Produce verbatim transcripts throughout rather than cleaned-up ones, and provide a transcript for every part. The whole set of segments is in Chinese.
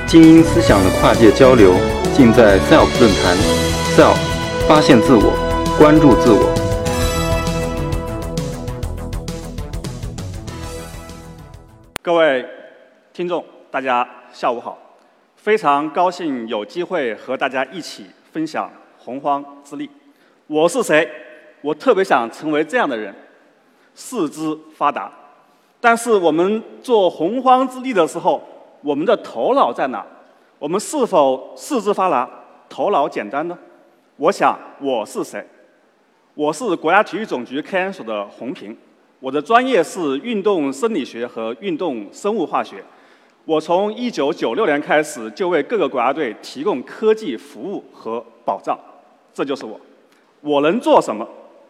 精英思想的跨界交流，尽在 S E L F 论坛。S E L F， 发现自我，关注自我。 各位听众，大家下午好！非常高兴有机会和大家一起分享洪荒之力。我是谁？我特别想成为这样的人，四肢发达。但是我们做洪荒之力的时候，我们的头脑在哪？我们是否四肢发达，头脑简单呢？我想我是谁？我是国家体育总局科研所的洪平，我的专业是运动生理学和运动生物化学。我从一九九六年开始就为各个国家队提供科技服务和保障，这就是我。我能做什么？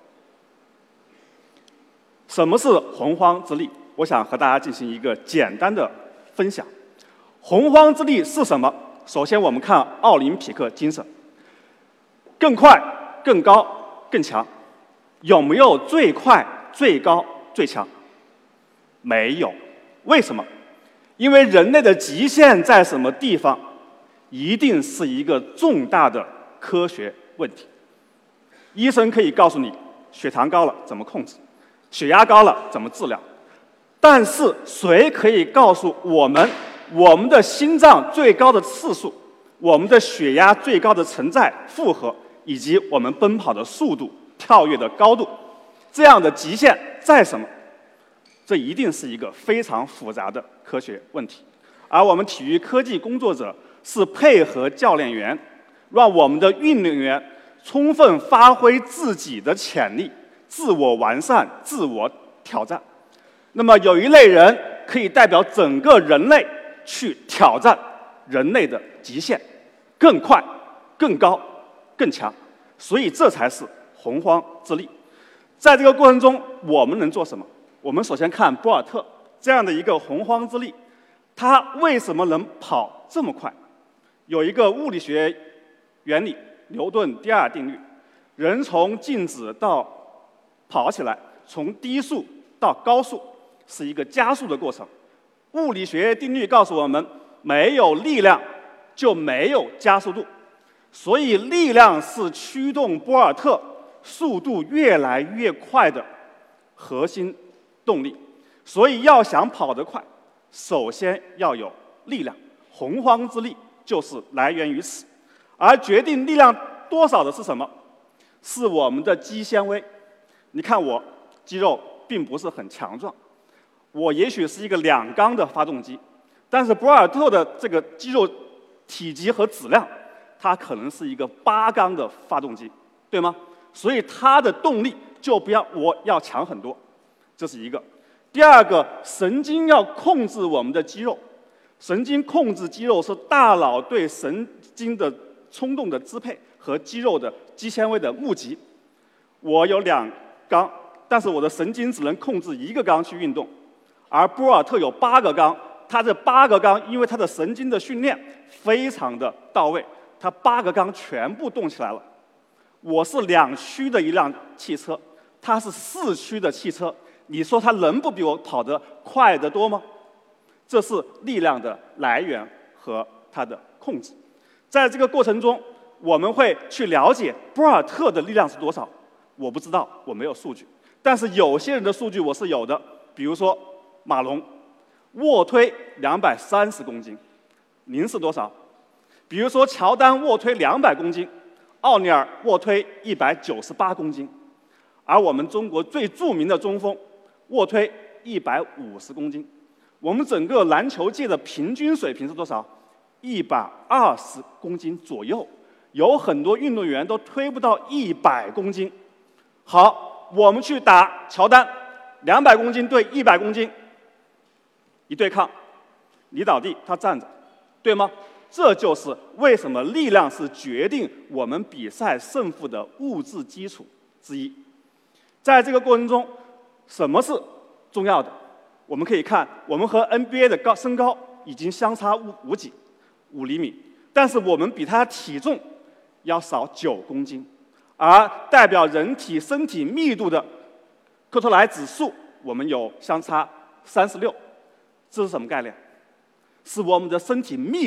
什么是洪荒之力？我想和大家进行一个简单的分享。洪荒之力是什么？首先，我们看奥林匹克精神：更快、更高、更强。有没有最快、最高、最强？没有。为什么？因为人类的极限在什么地方，一定是一个重大的科学问题。医生可以告诉你，血糖高了怎么控制，血压高了怎么治疗。但是谁可以告诉我们，我们的心脏最高的次数，我们的血压最高的承载负荷，以及我们奔跑的速度、跳跃的高度，这样的极限在什么？这一定是一个非常复杂的科学问题。而我们体育科技工作者是配合教练员，让我们的运动员充分发挥自己的潜力，自我完善、自我挑战。那么有一类人可以代表整个人类去挑战人类的极限，更快、更高、更强。所以这才是洪荒之力。在这个过程中，我们能做什么？我们首先看博尔特这样的一个洪荒之力，他为什么能跑这么快？有一个物理学原理，牛顿第二定律：人从静止到跑起来，从低速到高速，是一个加速的过程。物理学定律告诉我们，没有力量就没有加速度，所以力量是驱动博尔特速度越来越快的核心动力。所以要想跑得快，首先要有力量。洪荒之力就是来源于此。而决定力量多少的是什么？是我们的肌纤维。你看我肌肉并不是很强壮，我也许是一个两缸的发动机，但是博尔特的这个肌肉体积和质量，它可能是一个八缸的发动机，对吗？所以它的动力就比我要强很多，这是一个。第二个，神经要控制我们的肌肉，神经控制肌肉是大脑对神经的冲动的支配和肌肉的肌纤维的募集。我有两缸，但是我的神经只能控制一个缸去运动，而博尔特有八个缸，他这八个缸因为他的神经的训练非常的到位，他八个缸全部动起来了。我是两驱的一辆汽车，他是四驱的汽车，你说他能不比我跑得快得多吗？这是力量的来源和它的控制。在这个过程中，我们会去了解博尔特的力量是多少。我不知道，我没有数据，但是有些人的数据我是有的。比如说马龙，卧推两百三十公斤，您是多少？比如说乔丹卧推两百公斤，奥尼尔卧推一百九十八公斤，而我们中国最著名的中锋卧推一百五十公斤。我们整个篮球界的平均水平是多少？一百二十公斤左右，有很多运动员都推不到一百公斤。好，我们去打乔丹，两百公斤对一百公斤，一对抗，你倒地，他站着，对吗？这就是为什么力量是决定我们比赛胜负的物质基础之一。在这个过程中，什么是重要的？我们可以看，我们和 N B A 的高身高已经相差五五几，五厘米，但是我们比他体重要少九公斤，而代表人体身体密度的克托莱指数，我们有相差三十六，这是什么概念？是我们的身体密度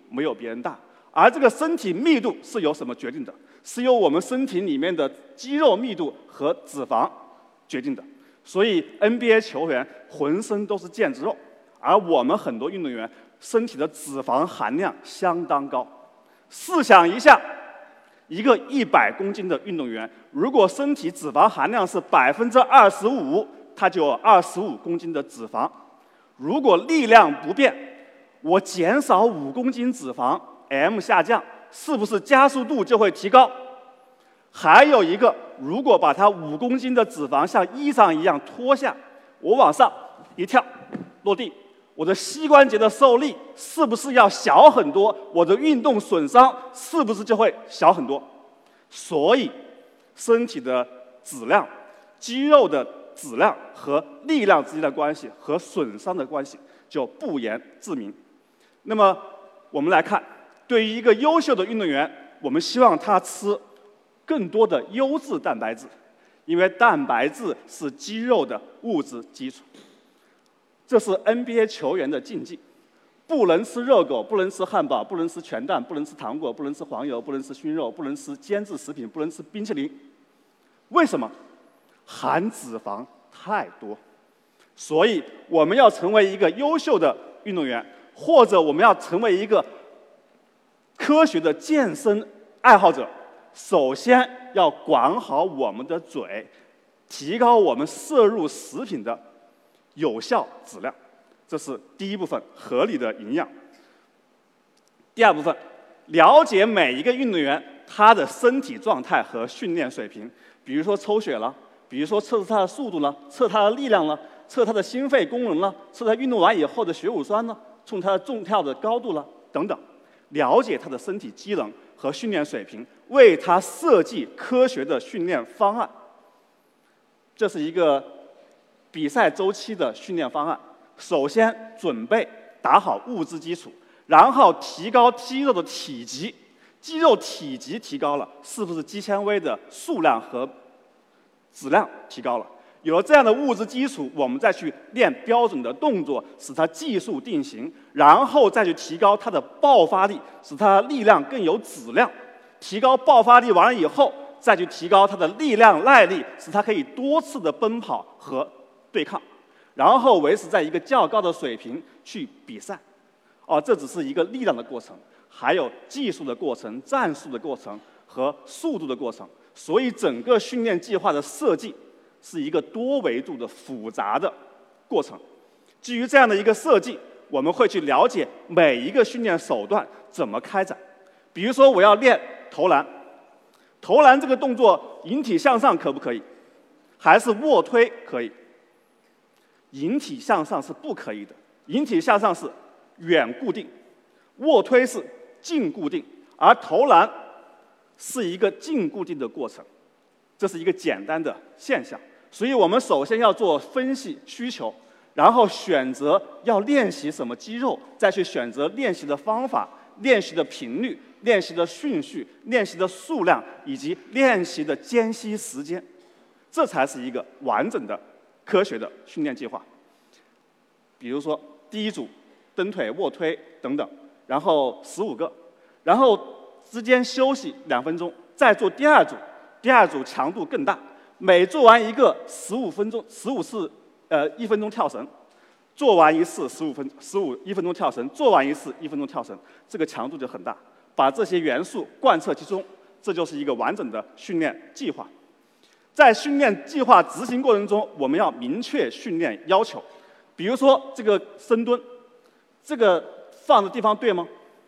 没有别人大。而这个身体密度是由什么决定的？是由我们身体里面的肌肉密度和脂肪决定的。所以 N B A 球员浑身都是腱子肉，而我们很多运动员身体的脂肪含量相当高。试想一下，一个一百公斤的运动员，如果身体脂肪含量是百分之二十五，他就有二十五公斤的脂肪。如果力量不变，我减少五公斤脂肪 ，M 下降，是不是加速度就会提高？还有一个，如果把它五公斤的脂肪像衣裳一样脱下，我往上一跳，落地，我的膝关节的受力是不是要小很多？我的运动损伤是不是就会小很多？所以，身体的质量、肌肉的质量和力量之间的关系和损伤的关系就不言自明。那么，我们来看，对于一个优秀的运动员，我们希望他吃更多的优质蛋白质，因为蛋白质是肌肉的物质基础。这是 N B A 球员的禁忌：不能吃热狗，不能吃汉堡，不能吃全蛋，不能吃糖果，不能吃黄油，不能吃熏肉，不能吃煎制食品，不能吃冰淇淋。为什么？含脂肪太多。所以我们要成为一个优秀的运动员，或者我们要成为一个科学的健身爱好者，首先要管好我们的嘴，提高我们摄入食品的有效质量，这是第一部分，合理的营养。第二部分，了解每一个运动员他的身体状态和训练水平，比如说抽血了，比如说测试他的速度了，测他的力量了，测他的心肺功能了，测他运动完以后的血乳酸了，测他的纵跳的高度了，等等。了解他的身体机能和训练水平，为他设计科学的训练方案。这是一个比赛周期的训练方案。首先准备打好物质基础，然后提高肌肉的体积。肌肉体积提高了，是不是肌纤维的数量和质量提高了？有了这样的物质基础，我们再去练标准的动作，使它技术定型，然后再去提高它的爆发力，使它的力量更有质量。提高爆发力完了以后，再去提高它的力量耐力，使它可以多次的奔跑和对抗，然后维持在一个较高的水平去比赛。哦，这只是一个力量的过程，还有技术的过程、战术的过程和速度的过程。所以整个训练计划的设计是一个多维度的复杂的过程。基于这样的一个设计，我们会去了解每一个训练手段怎么开展。比如说，我要练投篮，投篮这个动作引体向上可不可以？还是卧推可以？引体向上是不可以的，引体向上是远固定，卧推是近固定，而投篮是一个近固定的过程。这是一个简单的现象，所以我们首先要做分析需求，然后选择要练习什么肌肉，再去选择练习的方法、练习的频率、练习的顺序、练习的数量以及练习的间隙时间，这才是一个完整的科学的训练计划。比如说第一组蹬腿、卧推等等，然后十五个，然后之间休息两分钟，再做第二组。第二组强度更大，每做完一个十五分钟，十五次，呃，一分钟跳绳，做完一次十五分，十五一分钟跳绳，做完一次一分钟跳绳，这个强度就很大。把这些元素贯彻其中，这就是一个完整的训练计划。在训练计划执行过程中，我们要明确训练要求。比如说这个深蹲，这个放的地方对吗？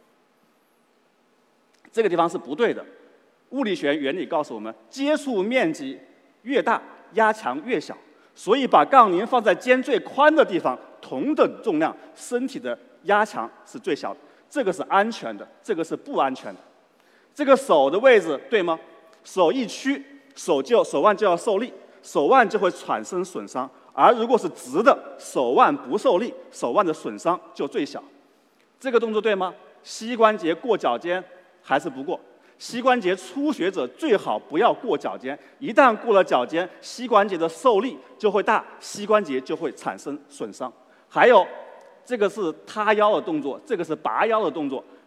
这个地方是不对的。物理学原理告诉我们，接触面积越大，压强越小。所以把杠铃放在肩最宽的地方，同等重量，身体的压强是最小的。这个是安全的，这个是不安全的。这个手的位置对吗？手一屈，手就手腕就要受力，手腕就会产生损伤。而如果是直的，手腕不受力，手腕的损伤就最小。这个动作对吗？膝关节过脚尖还是不过？膝关节初学者最好不要过脚尖，一旦过了脚尖，膝关节的受力就会大，膝关节就会产生损伤。还有，这个是塌腰的动作，这个是拔腰的动作。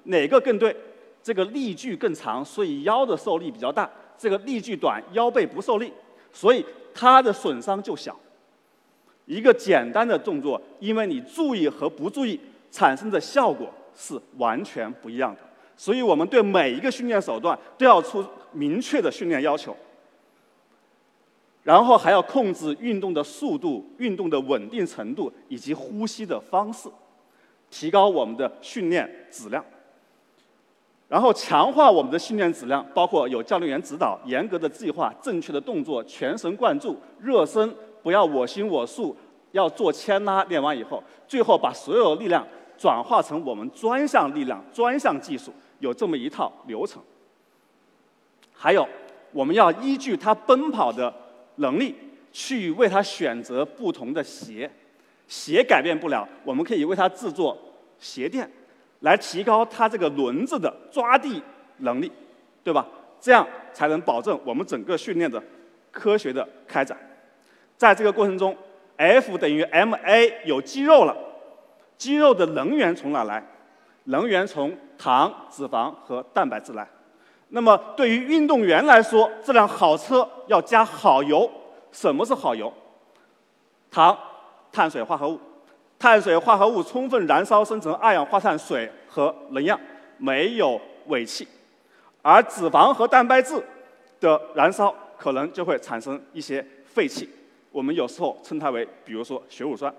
哪个更对？这个力距更长，所以腰的受力比较大；这个力距短，腰背不受力，所以它的损伤就小。一个简单的动作，因为你注意和不注意产生的效果是完全不一样的。所以我们对每一个训练手段都要出明确的训练要求，然后还要控制运动的速度、运动的稳定程度以及呼吸的方式，提高我们的训练质量。然后强化我们的训练质量，包括有教练员指导、严格的计划、正确的动作、全神贯注、热身，不要我行我素，要做牵拉。练完以后，最后把所有力量转化成我们专项力量、专项技术，有这么一套流程。还有，我们要依据他奔跑的能力，去为他选择不同的鞋。鞋改变不了，我们可以为他制作鞋垫，来提高它这个轮子的抓地能力，对吧？这样才能保证我们整个训练的科学的开展。在这个过程中 ，F 等于 ma 有肌肉了，肌肉的能源从哪来？能源从糖、脂肪和蛋白质来。那么对于运动员来说，这辆好车要加好油。什么是好油？糖、碳水化合物。碳水化合物充分燃烧生成二氧化碳水和能量，没有尾气；而脂肪和蛋白质的燃烧可能就会产生一些废气，我们有时候称它为，比如说血乳酸。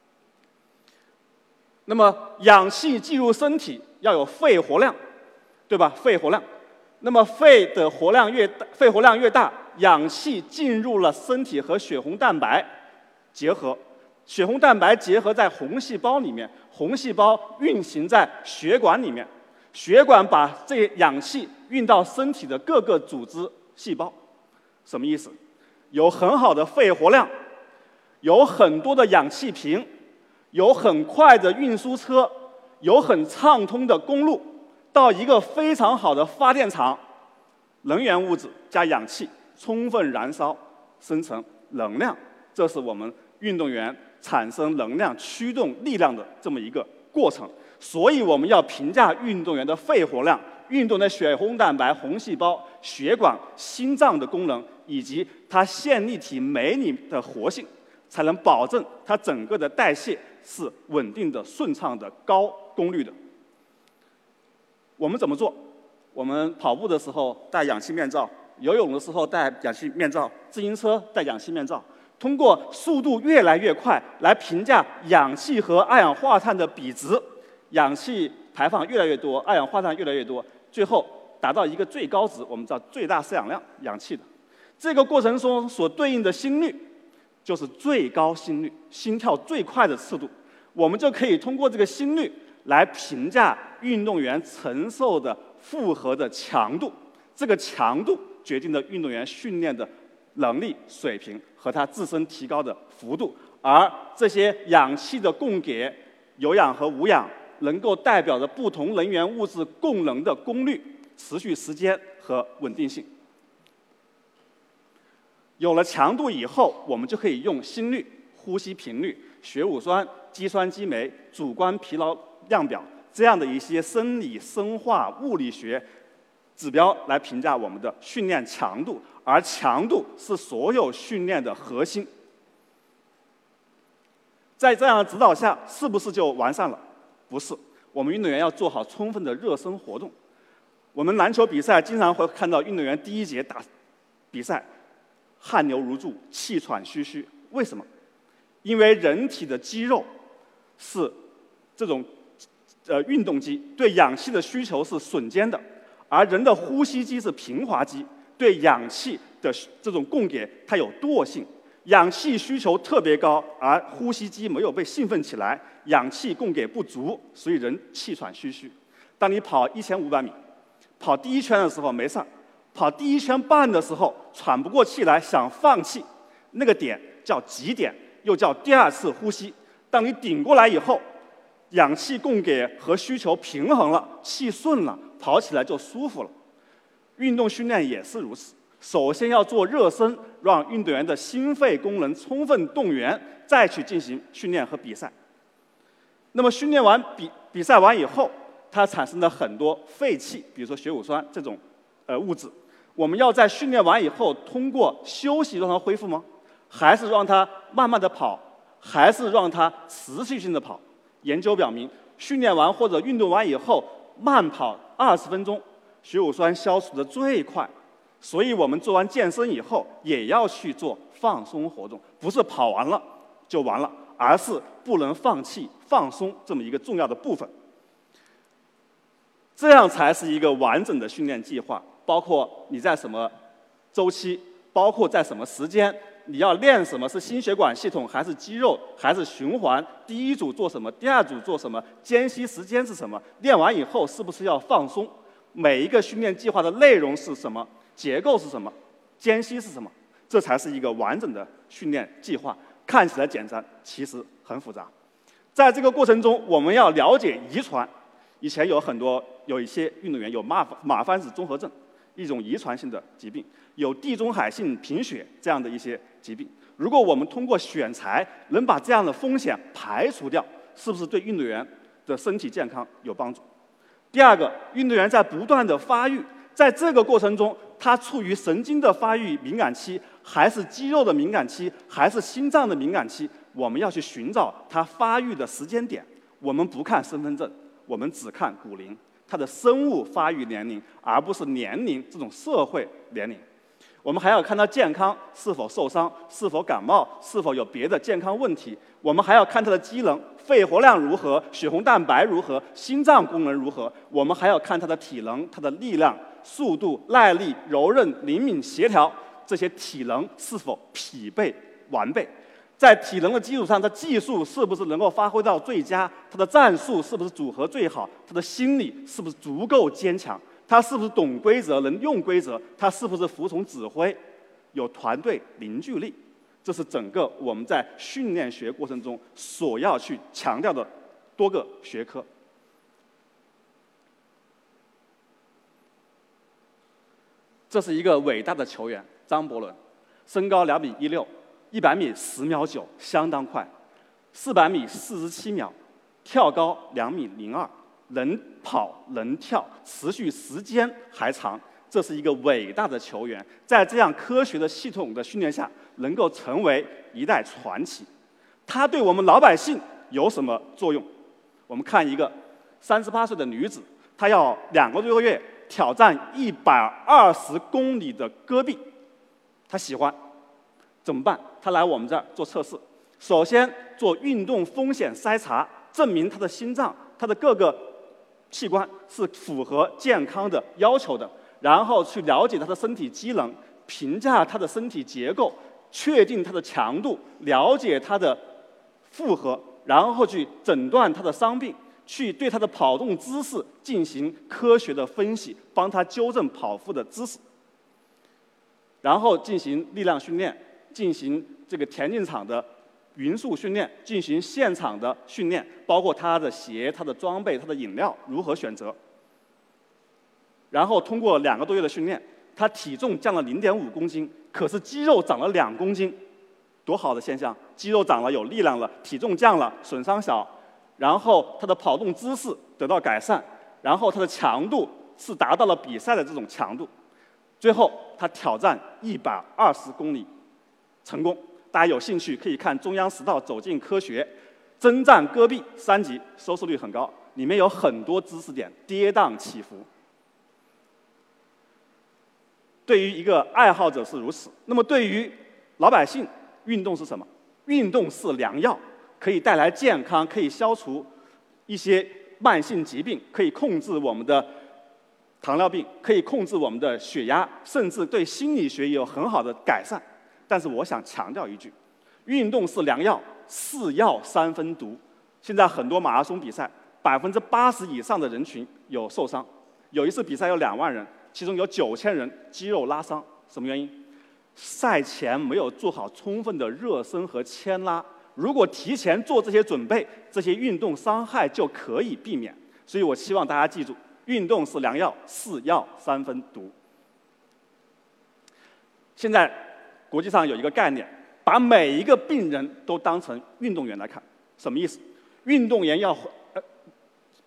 那么氧气进入身体要有肺活量，对吧？肺活量。那么肺的活量越大，肺活量越大，氧气进入了身体和血红蛋白结合。血红蛋白结合在红细胞里面，红细胞运行在血管里面，血管把这氧气运到身体的各个组织细胞。什么意思？有很好的肺活量，有很多的氧气瓶，有很快的运输车，有很畅通的公路，到一个非常好的发电厂，能源物质加氧气充分燃烧生成能量，这是我们运动员产生能量、驱动力量的这么一个过程。所以我们要评价运动员的肺活量、运动的血红蛋白、红细胞、血管、心脏的功能，以及它线粒体酶里的活性，才能保证它整个的代谢是稳定的、顺畅的、高功率的。我们怎么做？我们跑步的时候戴氧气面罩，游泳的时候戴氧气面罩，自行车戴氧气面罩。通过速度越来越快来评价氧气和二氧化碳的比值，氧气排放越来越多，二氧化碳越来越多，最后达到一个最高值，我们叫最大摄氧量氧气的。这个过程中所对应的心率就是最高心率，心跳最快的次度。我们就可以通过这个心率来评价运动员承受的负荷的强度，这个强度决定了运动员训练的能力水平和他自身提高的幅度，而这些氧气的供给，有氧和无氧，能够代表着不同能源物质供能的功率、持续时间和稳定性。有了强度以后，我们就可以用心率、呼吸频率、血乳酸、肌酸激酶、主观疲劳量表这样的一些生理、生化、物理学指标来评价我们的训练强度，而强度是所有训练的核心。在这样的指导下，是不是就完善了？不是，我们运动员要做好充分的热身活动。我们篮球比赛经常会看到运动员第一节打比赛，汗流如注、气喘吁吁。为什么？因为人体的肌肉是这种呃运动肌，对氧气的需求是瞬间的。而人的呼吸肌是平滑肌，对氧气的这种供给它有惰性，氧气需求特别高，而呼吸肌没有被兴奋起来，氧气供给不足，所以人气喘吁吁。当你跑一千五百米，跑第一圈的时候没事儿，跑第一圈半的时候喘不过气来，想放弃，那个点叫极点，又叫第二次呼吸。当你顶过来以后，氧气供给和需求平衡了，气顺了，跑起来就舒服了。运动训练也是如此，首先要做热身，让运动员的心肺功能充分动员，再去进行训练和比赛。那么训练完比比赛完以后， 它产生了很多废气，比如说血乳酸这种呃物质。我们要在训练完以后通过休息让它恢复吗？还是让它慢慢的跑？还是让它持续性的跑？研究表明，训练完或者运动完以后慢跑二十分钟，血乳酸消除的最快。所以我们做完健身以后也要去做放松活动，不是跑完了就完了，而是不能放弃放松这么一个重要的部分。这样才是一个完整的训练计划，包括你在什么周期，包括在什么时间，你要练什么，是心血管系统还是肌肉还是循环，第一组做什么，第二组做什么，间隙时间是什么，练完以后是不是要放松，每一个训练计划的内容是什么，结构是什么，间隙是什么，这才是一个完整的训练计划。看起来简单，其实很复杂。在这个过程中，我们要了解遗传。以前有很多有一些运动员有马马凡氏综合症，一种遗传性的疾病，有地中海性贫血这样的一些疾病。如果我们通过选材能把这样的风险排除掉，是不是对运动员的身体健康有帮助？第二个，运动员在不断的发育，在这个过程中，他处于神经的发育敏感期，还是肌肉的敏感期，还是心脏的敏感期？我们要去寻找他发育的时间点。我们不看身份证，我们只看骨龄，它的生物发育年龄，而不是年龄这种社会年龄。我们还要看他健康是否受伤，是否感冒，是否有别的健康问题。我们还要看他的机能，肺活量如何，血红蛋白如何，心脏功能如何。我们还要看他的体能、他的力量、速度、耐力、柔韧、灵敏、协调，这些体能是否匹配完备。在体能的基础上，他技术是不是能够发挥到最佳？他的战术是不是组合最好？他的心理是不是足够坚强？他是不是懂规则、能用规则？他是不是服从指挥、有团队凝聚力？这是整个我们在训练学过程中所要去强调的多个学科。这是一个伟大的球员张伯伦，身高两米一六。一百米十秒九，相当快；四百米四十七秒，跳高两米零二，能跑能跳，持续时间还长。这是一个伟大的球员，在这样科学的系统的训练下，能够成为一代传奇。他对我们老百姓有什么作用？我们看一个三十八岁的女子，她要两个多月挑战一百二十公里的戈壁，她喜欢。怎么办？他来我们这儿做测试，首先做运动风险筛查，证明他的心脏、他的各个器官是符合健康的要求的，然后去了解他的身体机能，评价他的身体结构，确定他的强度，了解他的负荷，然后去诊断他的伤病，去对他的跑动姿势进行科学的分析，帮他纠正跑步的姿势，然后进行力量训练。进行这个田径场的匀速训练，进行现场的训练，包括他的鞋、他的装备、他的饮料如何选择。然后通过两个多月的训练，他体重降了零点五公斤，可是肌肉长了两公斤，多好的现象！肌肉长了，有力量了，体重降了，损伤小，然后他的跑动姿势得到改善，然后他的强度是达到了比赛的这种强度。最后，他挑战一百二十公里。成功，大家有兴趣可以看中央十套《走进科学》，征战戈壁三级，收视率很高，里面有很多知识点，跌宕起伏。对于一个爱好者是如此，那么对于老百姓，运动是什么？运动是良药，可以带来健康，可以消除一些慢性疾病，可以控制我们的糖尿病，可以控制我们的血压，甚至对心理学也有很好的改善。但是我想强调一句，运动是良药，是药三分毒。现在很多马拉松比赛，百分之八十以上的人群有受伤。有一次比赛有两万人，其中有九千人肌肉拉伤，什么原因？赛前没有做好充分的热身和牵拉。如果提前做这些准备，这些运动伤害就可以避免。所以我希望大家记住，运动是良药，是药三分毒。现在国际上有一个概念，把每一个病人都当成运动员来看，什么意思？运动员要呃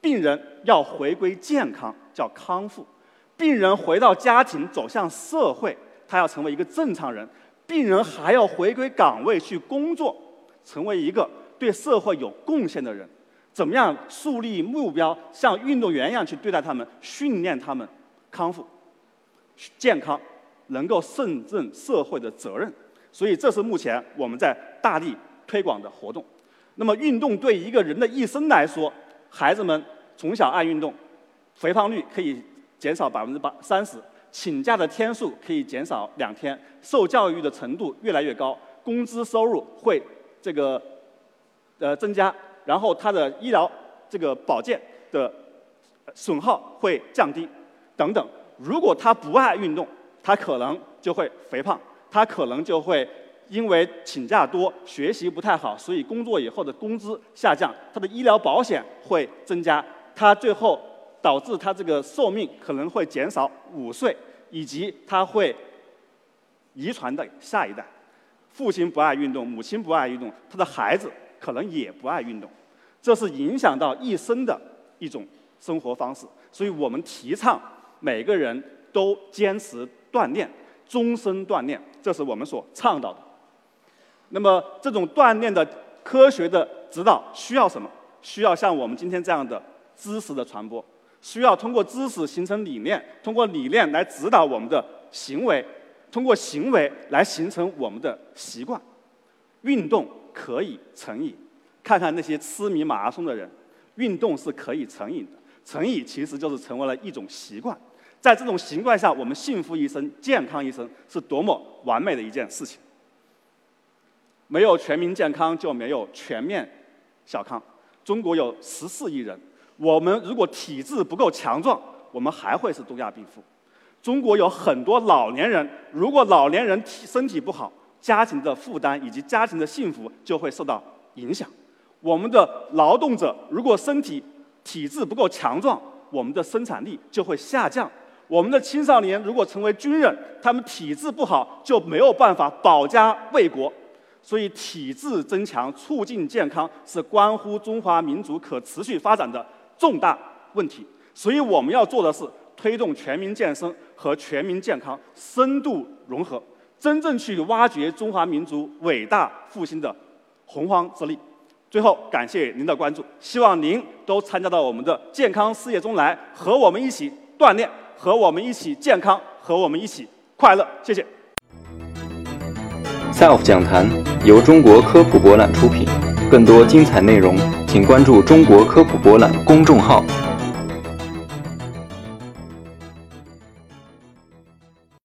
病人要回归健康，叫康复；病人回到家庭，走向社会，他要成为一个正常人；病人还要回归岗位去工作，成为一个对社会有贡献的人。怎么样树立目标，像运动员一样去对待他们，训练他们康复、健康，能够胜任社会的责任。所以这是目前我们在大力推广的活动。那么运动对一个人的一生来说，孩子们从小爱运动，肥胖率可以减少百分之八三十，请假的天数可以减少两天，受教育的程度越来越高，工资收入会这个呃增加，然后他的医疗这个保健的损耗会降低等等。如果他不爱运动，他可能就会肥胖，他可能就会因为请假多、学习不太好，所以工作以后的工资下降，他的医疗保险会增加，他最后导致他这个寿命可能会减少五岁，以及他会遗传的下一代。父亲不爱运动，母亲不爱运动，他的孩子可能也不爱运动，这是影响到一生的一种生活方式。所以我们提倡每个人都坚持锻炼，终身锻炼，这是我们所倡导的。那么这种锻炼的科学的指导需要什么？需要像我们今天这样的知识的传播，需要通过知识形成理念，通过理念来指导我们的行为，通过行为来形成我们的习惯。运动可以成瘾，看看那些痴迷马拉松的人，运动是可以成瘾的，成瘾其实就是成为了一种习惯。在这种习惯下，我们幸福一生、健康一生是多么完美的一件事情。没有全民健康，就没有全面小康。中国有十四亿人，我们如果体质不够强壮，我们还会是东亚病夫。中国有很多老年人，如果老年人体身体不好，家庭的负担以及家庭的幸福就会受到影响。我们的劳动者如果身体体质不够强壮，我们的生产力就会下降。我们的青少年如果成为军人，他们体质不好，就没有办法保家卫国。所以体质增强、促进健康是关乎中华民族可持续发展的重大问题。所以我们要做的是推动全民健身和全民健康深度融合，真正去挖掘中华民族伟大复兴的洪荒之力。最后，感谢您的关注，希望您都参加到我们的健康事业中来，和我们一起锻炼，和我们一起健康，和我们一起快乐。谢谢。 S E L F 讲坛由中国科普博览出品，更多精彩内容，请关注中国科普博览公众号。